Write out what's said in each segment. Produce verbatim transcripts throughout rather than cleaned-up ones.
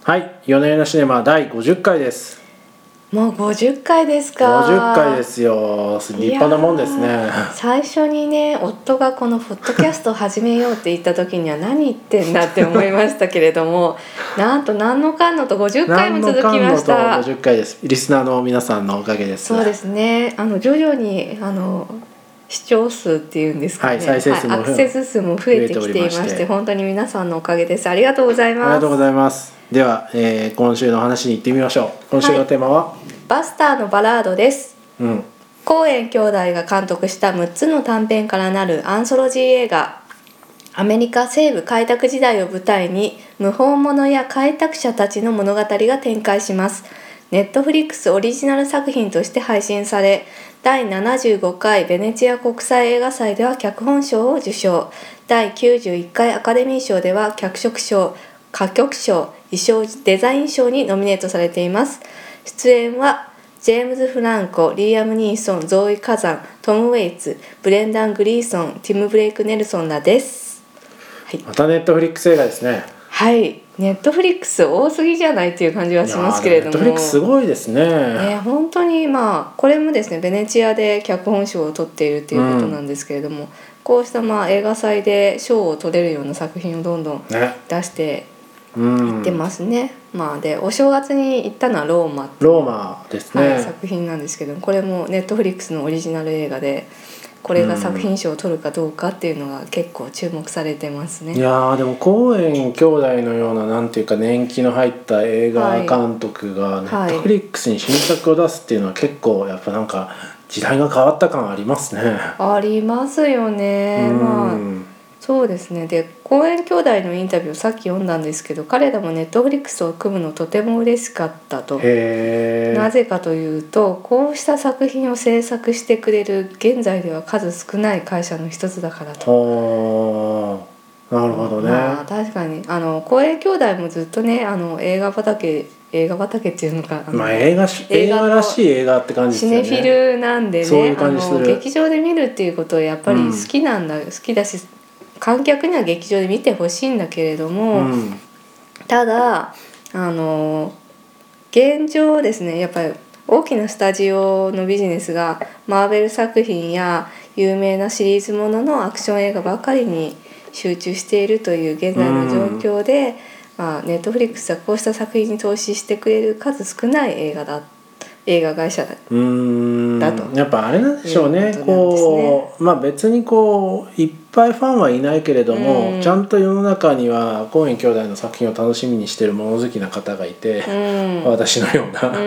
はい、よねんのシネマだいごじゅっかいです。 もうごじゅっかいですか。 ごじゅっかいですよ。立派なもんですね。 最初にね、夫がこのポッドキャストを始めようって言った時には何言ってんだって思いましたけれどもなんと何のかんのとごじゅっかいも続きました。 何のかんのとごじゅっかいです。リスナーの皆さんのおかげです。 そうですね、あの徐々にあの視聴数っていうんですかね、 はい、再生数も、 はい、アクセス数も増えてきていまして、本当に皆さんのおかげです。ありがとうございます。 ありがとうございます。では、えー、今週の話に行ってみましょう。今週のテーマは、はい、 バスターのバラードです。 うん、 コーエン兄弟が監督したむっつの短編からなるアンソロジー映画。アメリカ西部開拓時代を舞台に無法者や開拓者たちの物語が展開します。ネットフリックスオリジナル作品として配信され、だいななじゅうごかいベネチア国際映画祭では脚本賞を受賞、だいきゅうじゅういっかいアカデミー賞では脚色賞、歌曲賞、衣装デザイン賞にノミネートされています。出演はジェームズ・フランコ、リーアム・ニーソン、ゾーイ・カザン、トム・ウェイツ、ブレンダン・グリーソン、ティム・ブレイク・ネルソンらです。 はい、またネットフリックス映画ですね。 はい、ネットフリックス多すぎじゃないっていう感じはしますけれども、 ネットフリックスすごいですね。 ね、本当にまあこれもですね、ベネチアで脚本賞を取っているっていうことなんですけれども、うん、こうしたまあ映画祭で賞を取れるような作品をどんどん出していってますね。うん、まあでお正月に行ったのはローマっていう、 ローマですね、 はい、作品なんですけど、これもネットフリックスのオリジナル映画で、これが作品賞を取るかどうかっていうのが結構注目されてますね。 いやでもコーエン兄弟のようななんていうか年季の入った映画監督がネットフリックスに新作を出すっていうのは結構やっぱなんか時代が変わった感ありますね。 ありますよね。まあそうですね。で、コーエン兄弟のインタビューをさっき読んだんですけど、彼らもネットフリックスを組むのとても嬉しかったと。 へー。 なぜかというと、こうした作品を制作してくれる現在では数少ない会社の一つだからと。 なるほどね。 まあ確かにあのコーエン兄弟もずっとね、あの映画畑映画畑っていうのか、 まあ、映画映画らしい映画って感じですよね。 シネフィルなんでね、 そういう感じする。 あの劇場で見るっていうことをやっぱり好きなんだ、うん、好きだし、観客には劇場で見てほしいんだけれども、うん、ただあの現状ですね、やっぱり大きなスタジオのビジネスがマーベル作品や有名なシリーズもののアクション映画ばかりに集中しているという現在の状況で、うん、まあ、ネットフリックスはこうした作品に投資してくれる数少ない映画だ映画会社だうーんだとやっぱあれなんでしょうね。こうまあ別にこういっぱいファンはいないけれども、うん、ちゃんと世の中にはコーエン兄弟の作品を楽しみにしている物好きな方がいて、うん、私のような、うん、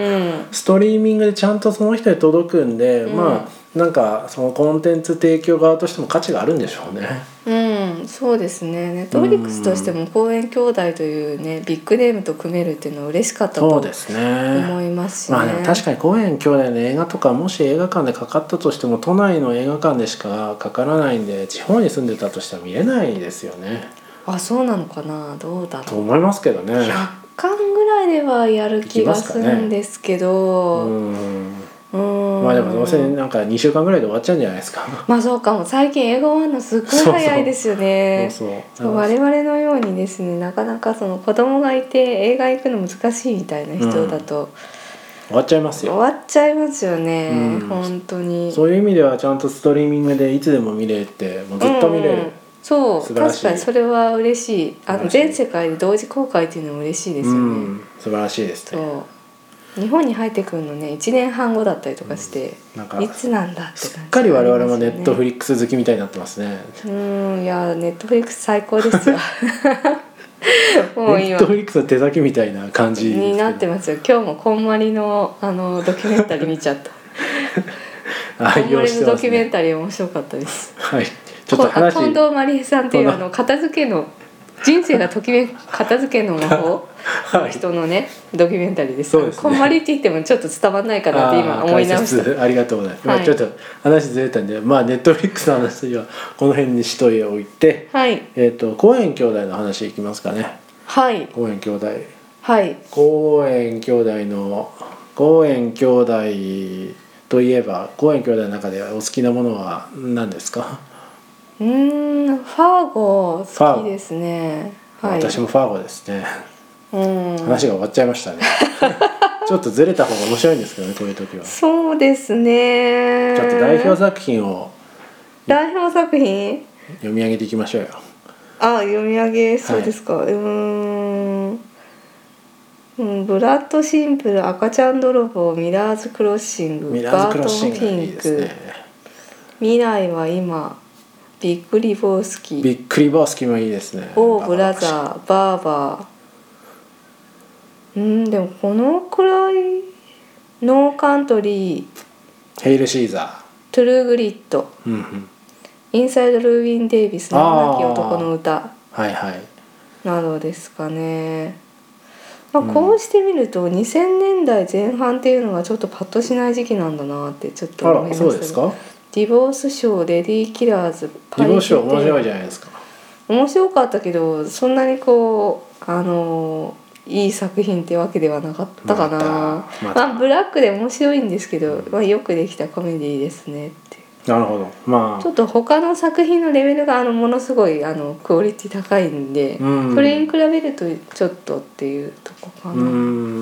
ストリーミングでちゃんとその人に届くんで、うん、まあなんかそのコンテンツ提供側としても価値があるんでしょうね。 うん、そうですね。ネットフリックスとしてもコーエン兄弟というねビッグネームと組めるっていうのは嬉しかったと思いますしね。 まあでも確かにコーエン兄弟の映画とかもし映画館でかかったとしても都内の映画館でしかかからないんで、地方に住んでたとしては見れないですよね。 あ、そうなのかな、どうだろうと思いますけどね。 ひゃっかんぐらいではやる気がするんですけど、 うんうんまあでもどうせなんかにしゅうかんぐらいで終わっちゃうんじゃないですか。 まあそうかも。最近映画終わるのすっごい早いですよね。そうそうそうそう、我々のようにですね、なかなかその子供がいて映画行くの難しいみたいな人だと、うん、 終わっちゃいますよ。 終わっちゃいますよね、うん、本当に。 そういう意味ではちゃんとストリーミングでいつでも見れて、もうずっと見れる、うんうん、 そう確かにそれは嬉しい。あの全世界で同時公開っていうのも嬉しいですよね、うん、 素晴らしいですね。 そう日本に入ってくるのねいちねんはんごだったりとかして、うん、なんかいつなんだって感じ、ね、 すっかり我々もネットフリックス好きみたいになってますね。 うんいやネットフリックス最高ですよもう今ネットフリックスの手先みたいな感じになってますよ。今日もこんまりのあのドキュメンタリー見ちゃったこんまりのドキュメンタリー面白かったです。 はい、ちょっと話近藤麻理恵さんっていうあの片付けの人生がときめく片付けの魔法の人のね、はい、ドキュメンタリーです。そうですね、こんまりって言ってもちょっと伝わんないかなって今思い直した。 ありがとうございます、はい、まあ、ちょっと話ずれたんで、まあ、ネットフリックスの話はこの辺にしといておいて、はい、えーと、コーエン兄弟の話いきますかね。 はい、 コーエン兄弟、 はい、 コーエン兄弟のコーエン兄弟といえばコーエン兄弟の中でお好きなものは何ですか？ うーんファーゴ好きですね。 はい、私もファーゴですね。 うん話が終わっちゃいましたねちょっとずれた方が面白いんですけどね、こういう時は。 そうですね。 ちょっと代表作品を代表作品読み上げていきましょうよ。 あ、読み上げそうですか、はい、うーん、うん、ブラッドシンプル、赤ちゃん泥棒、ミラーズクロッシング、 ミラーズクロッシングバートンフィンク、 いいですね。 未来は今、ビッグリボースキー、 ビッグリボースキーもいいですね。 オーブラザー、バーバー、うんでもこのくらい、ノーカントリー、 ヘイルシーザー、 トゥルーグリッド、 うんうん、 インサイドルーウィン・デイビス、名もなき男の歌、 はいはい、 などですかね。まあ、こうしてみるとにせんねんだいぜん半っていうのがちょっとパッとしない時期なんだなってちょっと思いましたね。 あら、そうですか。 ディボースショー、レディーキラーズ、 ディボースショー面白いじゃないですか。 面白かったけどそんなにこうあのいい作品ってわけではなかったかな。ままたまあ、ブラックで面白いんですけど、まあ、よくできたコメディですねっていう。 なるほど。まあちょっと他の作品のレベルがあのものすごいあのクオリティ高いんで、 うん、 それに比べるとちょっとっていうとこかな。 うん、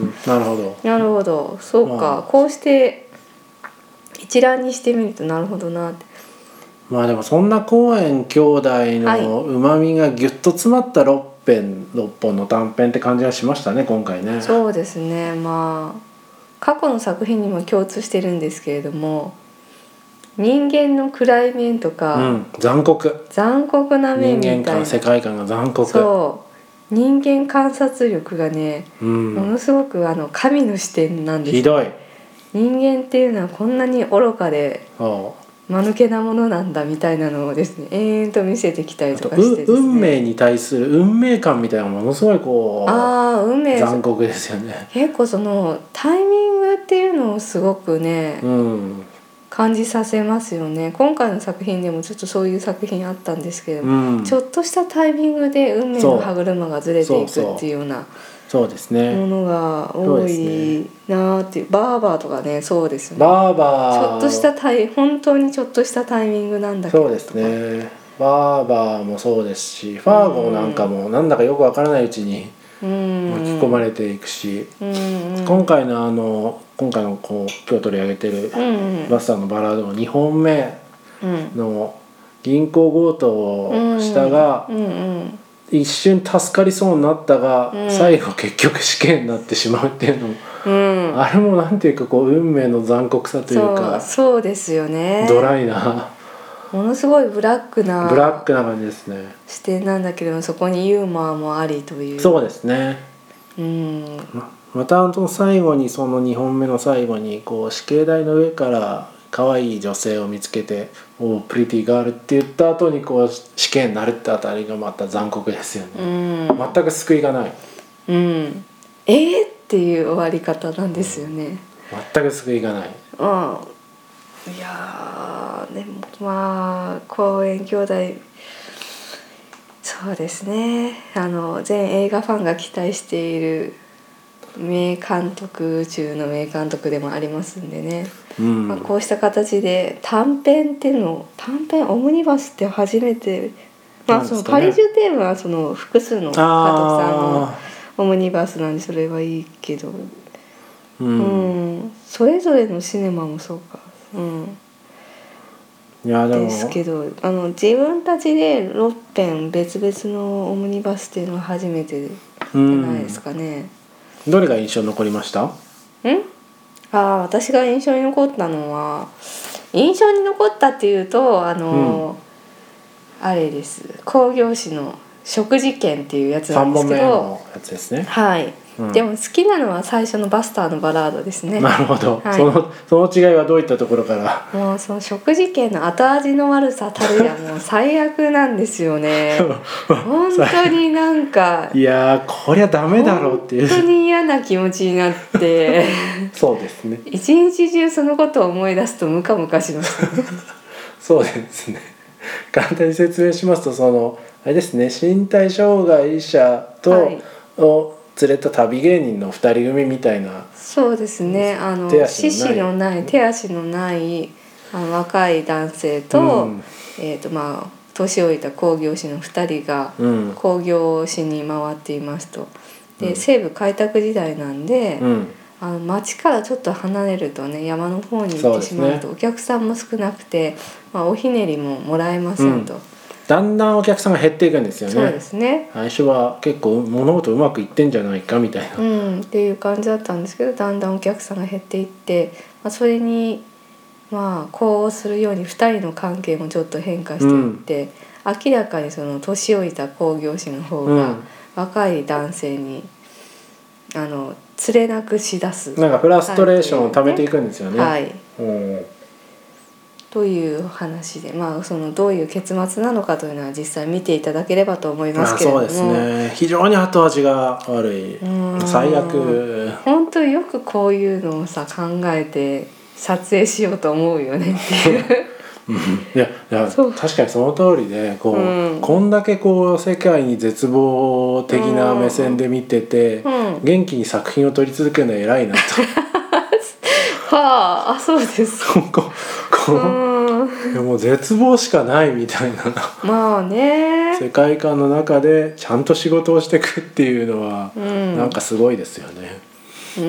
なるほど。 なるほど、そうか、まあ、こうして一覧にしてみるとなるほどなって。 まあでもそんなコーエン兄弟のうまみがギュッと詰まったろっぺんろっぽんの短編って感じがしましたね、今回ね。 そうですね。まあ過去の作品にも共通してるんですけれども、人間の暗い面とか、 うん、残酷残酷な面みたいな、 人間観、世界観が残酷、 そう人間観察力がね、 うん、 ものすごくあの神の視点なんです。 ひどい。 人間っていうのはこんなに愚かで間抜けなものなんだみたいなのをですね、延々と見せてきたりとかしてですね、 運命に対する運命感みたいなものすごいこう、 あ運命残酷ですよね。 結構そのタイミングっていうのをすごくね、 うん、 感じさせますよね。今回の作品でもちょっとそういう作品あったんですけど、 うん、 ちょっとしたタイミングで運命の歯車がずれていくっていうようなそうですね、 ものが多いなっていう。バーバーとかね、そうですよね。 バーバーちょっとしたタイ本当にちょっとしたタイミングなんだけど、 そうですね。バーバーもそうですし、ファーゴなんかもなんだかよくわからないうちに巻き込まれていくし、 うんうん、 今回のあの今回のこう今日取り上げてるバスターのバラードのにほんめの銀行強盗をしたが、 うんうんうん一瞬助かりそうになったが、うん、最後結局死刑になってしまうっていうのも、うん、あれもなんていうかこう運命の残酷さというか、 そう、そうですよね。 ドライなものすごいブラックなブラックな感じですね。 視点なんだけどそこにユーモアもありという。 そうですね。 うんま、またあの最後にそのにほんめの最後にこう死刑台の上から可愛い女性を見つけて「おープリティガール」って言った後にこう死刑になるってあたりがまた残酷ですよね。うん全く救いがない。 うん、えー、っていう終わり方なんですよね。 全く救いがない。 うん、いやでもまあコーエン兄弟そうですね、あの全映画ファンが期待している名監督中の名監督でもありますんでね、うんまあ、こうした形で短編っていうの短編オムニバスって初めて、まあ、そのパリジュテームはその複数の監督さんのオムニバスなんでそれはいいけど、うん、うん、それぞれのシネマもそうか、うん、 いやでもですけどあの自分たちでろっぺん別々のオムニバスっていうのは初めてじゃないですかね。 どれが印象に残りました？ん？ ああ、私が印象に残ったのは印象に残ったっていうとあの、うん、あれです興行師の食事券っていうやつなんですけど、さんぼんめのやつですね。 はい、うん、でも好きなのは最初のバスターのバラードですね。 なるほど、はい、そのその違いはどういったところから？ もうその食事券の後味の悪さたるやもう最悪なんですよね本当になんかいやこりゃダメだろうっていう本当に嫌な気持ちになってそうですね、 一日中そのことを思い出すとムカムカしますそうですね。簡単に説明しますとそのあれですね、身体障害者と、はい、を連れた旅芸人のふたり組みたいな。 そうですね、あの四肢のない手足のないあの若い男性と、うん、えーとまあ、年老いた興行師のふたりが興行しに回っていますと。 で西部開拓時代なんで、 うん、 あの町からちょっと離れるとね山の方に行ってしまうとお客さんも少なくて、まあ、おひねりももらえませんと、うん、 だんだんお客さんが減っていくんですよね。 そうですね。 最初は結構物事うまくいってんじゃないかみたいな、 うん、っていう感じだったんですけど、だんだんお客さんが減っていって、まあ、それにまあ呼応するようにふたりの関係もちょっと変化していって、うん、明らかにその年老いた興行師の方が若い男性に、うん、あの連れなくしだす、 なんかフラストレーションを溜めていくんですよね。 はい、 うん、 という話で、まあ、そのどういう結末なのかというのは実際見ていただければと思いますけれども、 あ、そうですね、非常に後味が悪い、最悪。 本当よくこういうのをさ考えて撮影しようと思うよねっていういやいや確かにその通りでこう、うん、こんだけこう世界に絶望的な目線で見てて、うん、元気に作品を撮り続けるのは偉いなとはあ、あ、そうですここういやもう絶望しかないみたいなまあね世界観の中でちゃんと仕事をしていくっていうのは、うん、なんかすごいですよね。 うん、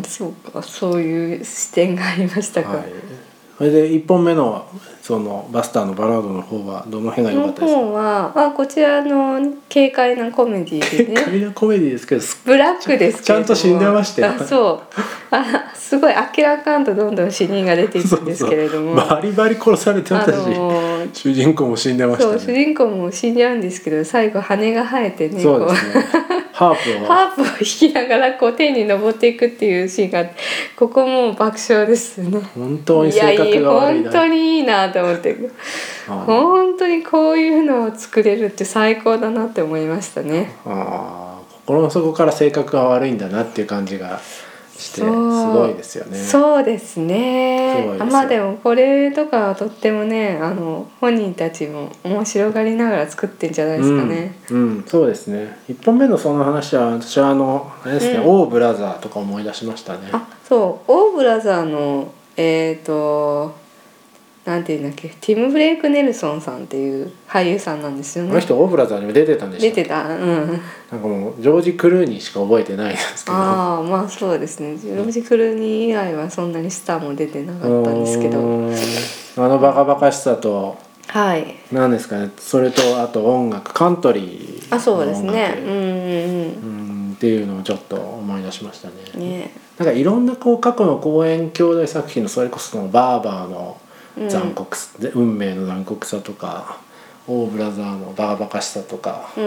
そうか、そういう視点がありましたか。はい、 それでいっぽんめのそのバスターのバラードの方はどの辺が良かったですか？ の方はあこちらの軽快なコメディーでね軽快なコメディーですけどブラックですけどちゃんと死んでましたよ。 あそうあすごい明らかんとどんどん死人が出ていくんですけれども、 そうそうバリバリ殺されてましたし、あのー、主人公も死んでましたね。 そう主人公も死んじゃうんですけど最後羽が生えてね、 そうですねハープをハープを弾きながらこう天に登っていくっていうシーンがここも爆笑ですね。 本当に性格が悪いな。 いや本当にいいなと思って本当にこういうのを作れるって最高だなって思いましたね。 あ心の底から性格が悪いんだなっていう感じがしてすごいですよね。 そうですね。あまあでもこれとかはとってもねあの本人たちも面白がりながら作ってんじゃないですかね。 うん、うん、そうですね。いっぽんめのその話は私はあのあれですね、うん、オーブラザーとか思い出しましたね。 あそうオーブラザーのえっとなんていうんだっけティム・ブレイク・ネルソンさんっていう俳優さんなんですよね。 あの人オーブラザーにも出てたんでしたっけ？ 出てた、うん。 なんかもうジョージ・クルーニーしか覚えてないですけど。 ああまあそうですね。ジョージ・クルーニー以外はそんなにスターも出てなかったんですけど。 あのバカバカしさと、 はい。 なんですかね。それとあと音楽カントリーの音楽。 あそうですね。うんうんうん。 うんっていうのをちょっと思い出しましたね。 ね。 なんかいろんなこう過去の公演兄弟作品のそれこそのバーバーの残酷さ、うん、運命の残酷さとかオーブラザーのバカバカしさとか、うんうん、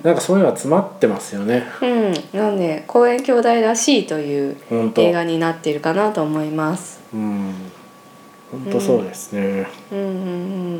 なんかそういうのは詰まってますよね。 うん、なんで公園兄弟らしいという映画になっているかなと思います。 うん、本当そうですね。 うん、うんうんうん。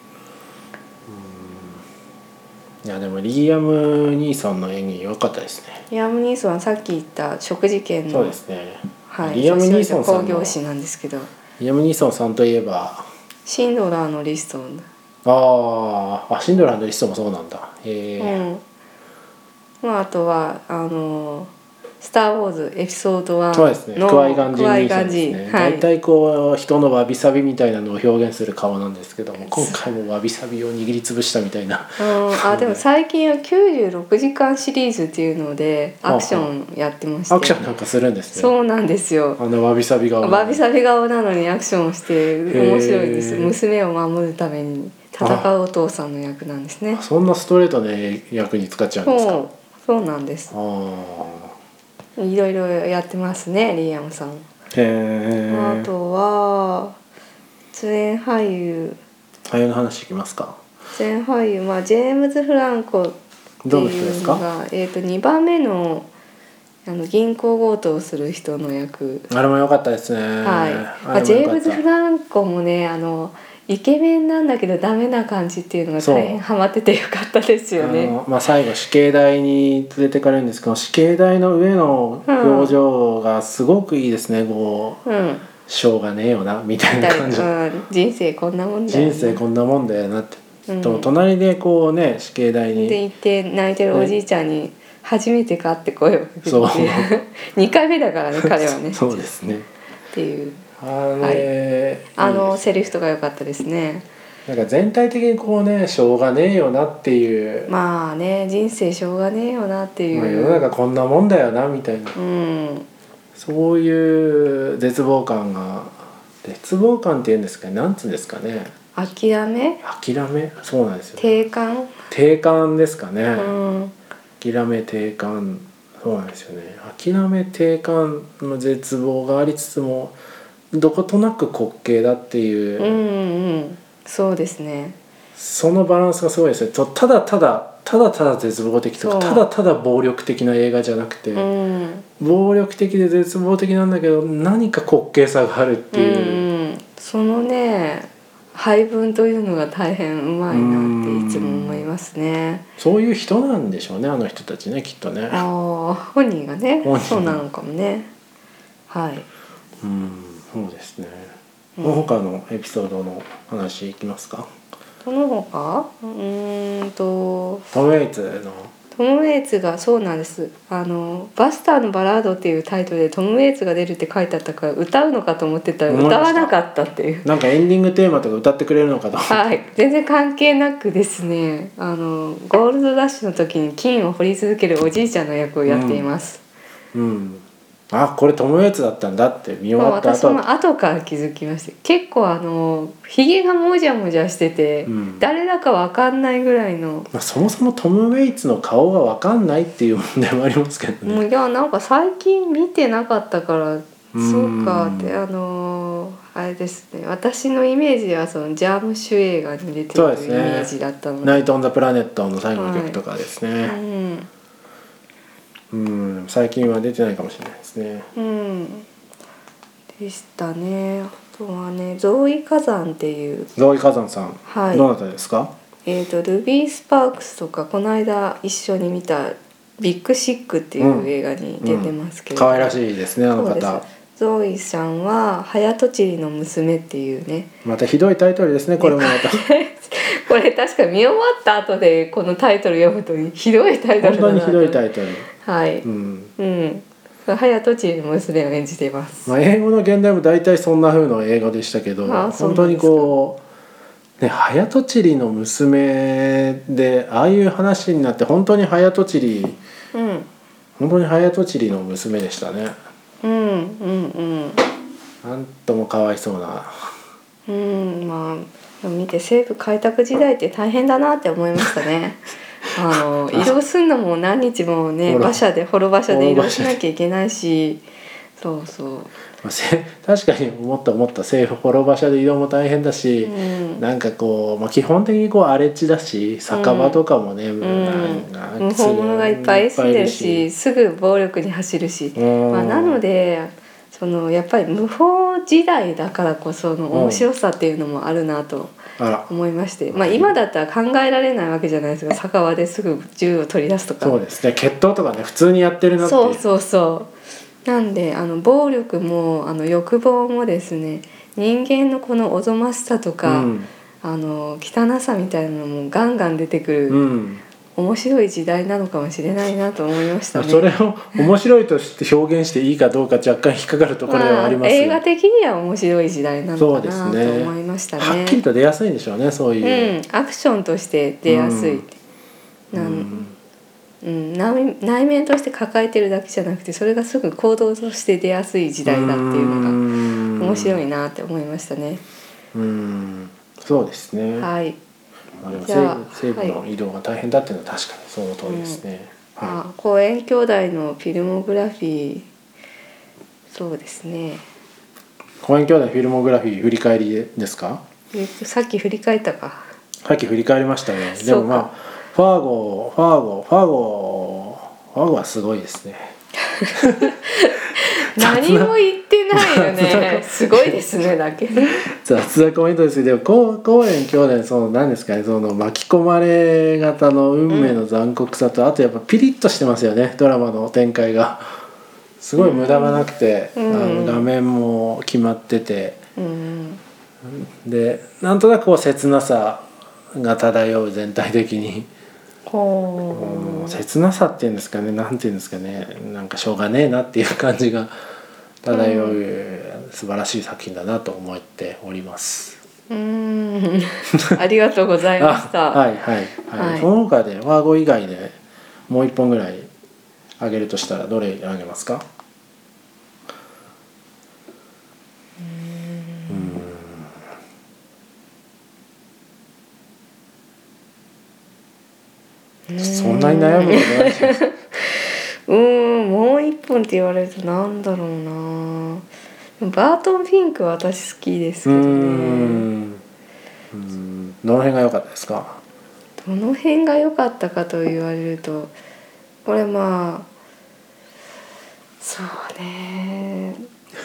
いやでもリーアム・ニーソンの演技良かったですね。 リーアム・ニーソンはさっき言った食事券のそうですね、 はい、 リーアム・ニーソンさんの興行師なんですけどリーアム・ニーソンさんといえばシンドラーのリストああシンドラーのリストもそうなんだ。へえ、 うんまあ、あとはあのスター・ウォーズエピソードワンのそうですね、クワイガンジン兄さんですね。大体こう人のわびさびみたいなのを表現する顔なんですけども今回もわびさびを握りつぶしたみたいなうんあでも最近はきゅうじゅうろくじかんシリーズっていうのでアクションやってましてアクションなんかするんですね。 そうなんですよ。 あのわびさび顔わびさび顔なのにアクションをして面白いです。娘を守るために戦うお父さんの役なんですね。 そんなストレートな役に使っちゃうんですか？ そうそうなんです。あいろいろやってますねリーアムさん。へあとは出演俳優俳優の話いきますか。 出演俳優、まあ、ジェームズ・フランコっていうのがえー、とにばんめのあの銀行強盗をする人の役あれも良かったですね。 はいまあ、ジェームズ・フランコもねあのイケメンなんだけどダメな感じっていうのが大変ハマっててよかったですよね。 あの、まあ、最後死刑台に連れてかれるんですけど死刑台の上の表情がすごくいいですね、うん、こう、うん、しょうがねえよなみたいな感じ、うん、 人生こんなもんだよな人生こんなもんだよなって、うん、と隣でこうね死刑台にで行って泣いてるおじいちゃんに初めてかって声をかけて、そうにかいめだからね彼はねそうですねっていうあれ、はい、 あのセリフとか良かったですね。 なんか全体的にこうねしょうがねえよなっていう、 まあね人生しょうがねえよなっていう、 まあ、世の中こんなもんだよなみたいな、 うん、 そういう絶望感が絶望感っていうんですかね、なんつうんですかね、 諦め諦め、そうなんですよ、ね、 定感定感ですかね、 うん、 諦め定感、そうなんですよね、諦め定感の絶望がありつつもどことなく滑稽だっていう、 うんうんそうですね、 そのバランスがすごいですね。とただただただただ絶望的とかただただ暴力的な映画じゃなくて、 うん、 暴力的で絶望的なんだけど何か滑稽さがあるっていう、 うんうん、そのね配分というのが大変うまいなっていつも思いますね。 そういう人なんでしょうね、あの人たちね、きっとね。 ああ本人がね本人がそうなのかもね。はい。 うん、そうですね。 うん、 この他のエピソードの話いきますか。 この他うーんとトム・ウェイツのトム・ウェイツがそうなんです。あのバスターのバラードっていうタイトルでトム・ウェイツが出るって書いてあったから歌うのかと思ってたら歌わなかったっていう。 なんかエンディングテーマとか歌ってくれるのかと。 はい、全然関係なくですね、あのゴールドラッシュの時に金を掘り続けるおじいちゃんの役をやっています。 うん、うんあこれトム・ウェイツだったんだって見終わった後、 私も後から気づきました。結構あのひげがもじゃもじゃしてて、うん、誰だか分かんないぐらいの、 まあ、そもそもトム・ウェイツの顔が分かんないっていう問題もありますけどね。 もういやなんか最近見てなかったからそうかってあのあれですね、私のイメージではそのジャームッシュ映画に出てるイメージだったので、 ね、ナイト・オン・ザ・プラネットの最後の曲とかですね、 はいうんうん、最近は出てないかもしれないですね。 うん、でしたね。あとはねゾーイ火山っていうゾーイ火山さん、はい、どなたですか？ えーとルビー・スパークスとかこの間一緒に見たビッグ・シックっていう映画に出てますけど、 可愛、うんうん、らしいですねあの方。 ゾーイさんは早とちりの娘っていうね、 またひどいタイトルですねこれもまたこれ確か見終わった後でこのタイトル読むとひどいタイトルだな。 本当にひどいタイトル。 はい、うん、うん、早とちりの娘を演じています。 まあ、英語の現代も大体そんな風の映画でしたけど、本当にこうね早とちりの娘でああいう話になって本当に早とちり、うん、本当に早とちりの娘でしたね。 うんうんうん。 なんともかわいそうな。 うんまあ見て西部開拓時代って大変だなって思いましたね。あの移動するのも何日もね馬車で幌馬車で移動しなきゃいけないし、そうそう。 まあ、確かに思った思った西部幌馬車で移動も大変だし、うん、なんかこう、まあ、基本的にこう荒れ地だし酒場とかもね、うん、 なんか無法者がいっぱい住んでるしすぐ暴力に走るし、まあ、なのでそのやっぱり無法時代だからこその面白さっていうのもあるなと思いまして、まあ、今だったら考えられないわけじゃないですか。酒場ですぐ銃を取り出すとか。 そうですね、決闘とかね普通にやってるなっていう。 そうそうそうなんであの暴力もあの欲望もですね人間のこのおぞましさとか、うん、あの汚さみたいなのもガンガン出てくる、うん面白い時代なのかもしれないなと思いましたね。 それを面白いとして表現していいかどうか若干引っかかるところではありますが、まあ、 映画的には面白い時代なのかなと思いましたね。 はっきりと出やすいんでしょうねそういう、 うん、アクションとして出やすい、うんなんうん、内, 内面として抱えてるだけじゃなくてそれがすぐ行動として出やすい時代だっていうのが面白いなって思いましたね。 うんそうですね。 はいまあ、でも西部の移動が大変だっていうのは確かにその通りですね。 うんはい、あ公園兄弟のフィルモグラフィーそうですね。 公園兄弟フィルモグラフィー振り返りですか？ えっとさっき振り返ったか。 さっき振り返りましたね。でもまあファーゴファーゴファーゴファーゴはすごいですね。 何も言ってないよね。すごいですねだけ。 雑なコメントですけど、公園兄弟その何ですかね、その巻き込まれ型の運命の残酷さと、うん、あとやっぱピリッとしてますよねドラマの展開が。すごい無駄がなくて、うん、あの画面も決まってて、うん、でなんとなくこう切なさが漂う全体的に。うん、切なさっていうんですかね、なんていうんですかね、なんかしょうがねえなっていう感じが漂う、うん、素晴らしい作品だなと思っております。 うーんありがとうございました。 はいはいはい、はい、その他でワーゴ以外でもう一本ぐらいあげるとしたらどれあげますか？ うーんうーんそんなに悩むことないですようーんもう一本って言われるとなんだろうな。バートンフィンクは私好きですけどね。うーんうーんどの辺が良かったですか？ どの辺が良かったかと言われるとこれまあそうね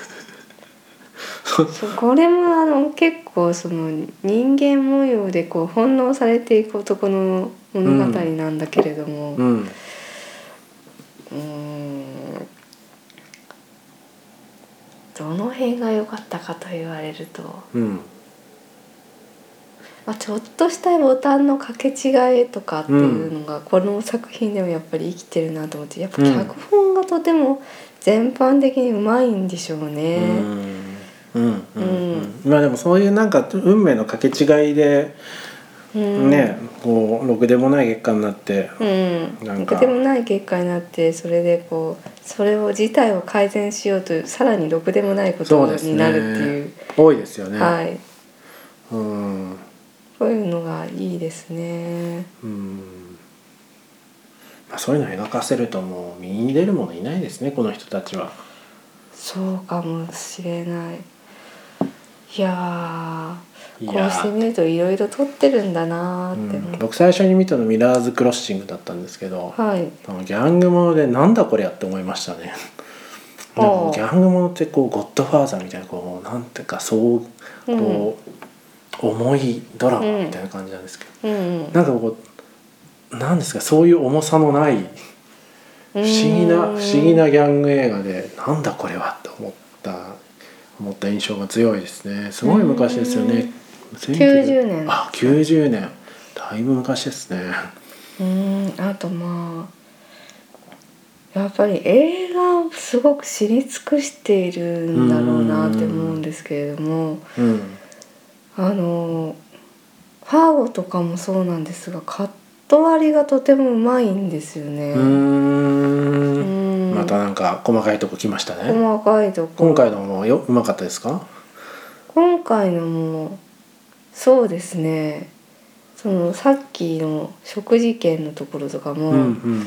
そうこれもあの結構その人間模様でこう翻弄されていく男の物語なんだけれども、うん、うーんどの辺が良かったかと言われると、うんまあ、ちょっとしたボタンの掛け違いとかっていうのがこの作品でもやっぱり生きてるなと思って、やっぱ脚本がとても全般的にうまいんでしょうね。うんうんうんうん、まあでもそういうなんか運命の掛け違いで、うん、ねこうろくでもない結果になって、 うん、なんかろくでもない結果になってそれでこうそれを事態を改善しようとさらにろくでもないことになるっていう、 ね、多いですよね。 はい、 うん、 そういうのがいいですね。 うん、まあ、そういうの描かせるともう身に出るものいないですねこの人たちは。 そうかもしれない。いやこうしてみるといろいろ撮ってるんだなって、うん、 僕最初に見たのミラーズクロッシングだったんですけど、はい、ギャングものでなんだこれやって思いましたね。なんかギャングものってこうゴッドファーザーみたいなこうなんていうかそうこう、うん、重いドラマみたいな感じなんですけど、うんうん、なんかこうなんですかそういう重さのない不思議な不思議なギャング映画でなんだこれはって思った思った印象が強いですね。すごい昔ですよね。 きゅうじゅうねん。 あ、きゅうじゅうねん。だいぶ昔ですね。 うん、あとまあやっぱり映画をすごく知り尽くしているんだろうなって思うんですけれども、うん、あのファーゴとかもそうなんですがカット割りがとてもうまいんですよね。うーんまたなんか細かいとこ来ましたね。 細かいとこ今回のもようまかったですか？ 今回のもそうですね。そのさっきの食事券のところとかも、うんうん、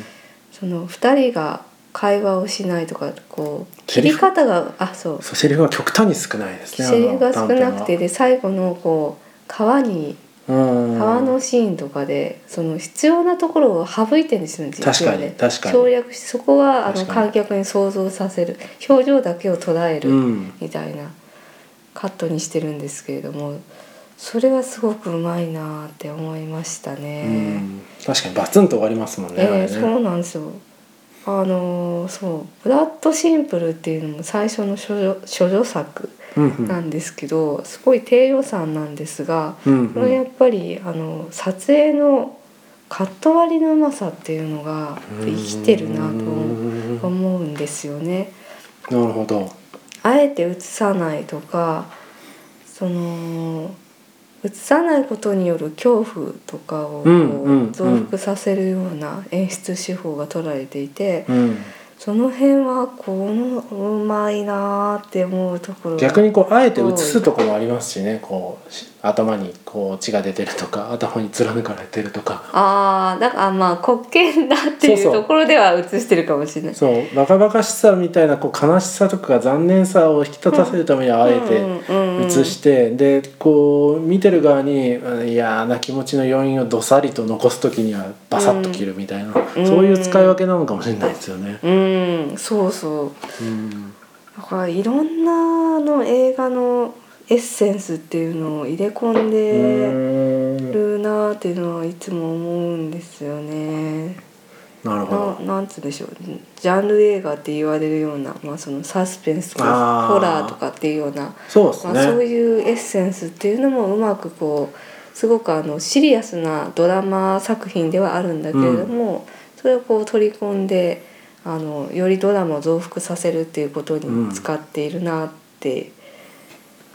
そのふたりが会話をしないとかこう切り方があそうそうセリフが極端に少ないですね。 セリフが少なくてで最後のこう川に川のシーンとかでその必要なところを省いてるんですよね。 確かに確かに省略してそこはあの観客に想像させる表情だけを捉えるみたいなカットにしてるんですけれども、それはすごくうまいなって思いましたね。 うん確かにバツンと終わりますもんね。 えー、ねそうなんですよ。あのー、そうブラッドシンプルっていうのも最初の処女、処女作なんですけど、うんうん、すごい低予算なんですが、うんうん、これやっぱりあの撮影のカット割りのうまさっていうのが生きてるなと思うんですよね。 なるほど。 あえて映さないとかその映さないことによる恐怖とかを増幅させるような演出手法が取られていて、うん、その辺はこのうまいなって思うところ逆にこうあえて映すところもありますしね。こう頭にこう血が出てるとか頭に貫かれてるとかああだからまあ滑稽だっていうところでは映してるかもしれない。 そうそうバカバカしさみたいなこう悲しさとか残念さを引き立たせるためにあえて映して、でこう見てる側に嫌な気持ちの余韻をどさりと残す時にはバサッと切るみたいな、うん、そういう使い分けなのかもしれないですよね。 うん、うん、そうそう、うん、だからいろんなの映画のエッセンスっていうのを入れ込んでるなっていうのはいつも思うんですよね。 なるほど。 な、なんつうんでしょう、ジャンル映画って言われるような、まあ、そのサスペンスとかホラーとかっていうようなそうですね、 まあ、そういうエッセンスっていうのもうまくこうすごくあのシリアスなドラマ作品ではあるんだけれども、うん、それをこう取り込んであのよりドラマを増幅させるっていうことに使っているなって、うん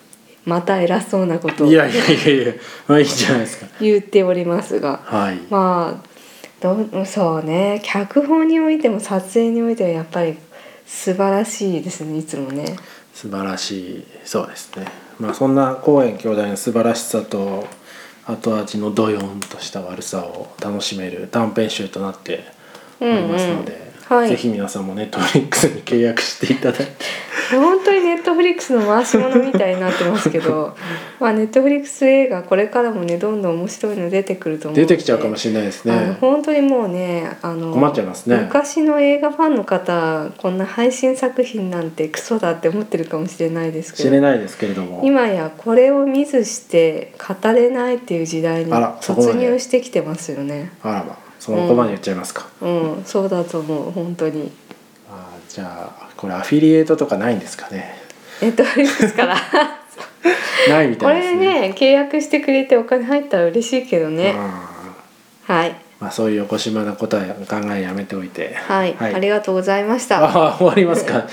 また偉そうなことをいやいやいやいや、まあいいじゃないですか。 言っておりますが、 はい。 まあどそうね、脚本においても撮影においてはやっぱり素晴らしいですね、いつもね。 素晴らしい、そうですね。まあそんなコーエン兄弟の素晴らしさと後味のドヨンとした悪さを楽しめる短編集となっておりますので、 うんうんはい、 ぜひ皆さんもネットフリックスに契約していただいて本当にネットフリックスの回し物みたいになってますけどまあネットフリックス映画これからもねどんどん面白いの出てくると思うので出てきちゃうかもしれないですね。 あの本当にもうねあの困っちゃいますね。 昔の映画ファンの方こんな配信作品なんてクソだって思ってるかもしれないですけど、 知れないですけれども、 今やこれを見ずして語れないっていう時代に突入してきてますよね。 あらまあその言葉に言っちゃいますか。 うん、うん、そうだと思う本当に。 あじゃあこれアフィリエイトとかないんですかね。 ネットフリックスからないみたいですね。 これね契約してくれてお金入ったら嬉しいけどね。はい。 まあそういうよこしまな答え考えやめておいて、 はい、はい、ありがとうございました。 あ終わりますか。はい、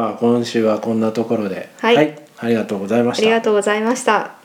じゃあまあ今週はこんなところで、 はい、はい、 ありがとうございました。 ありがとうございました。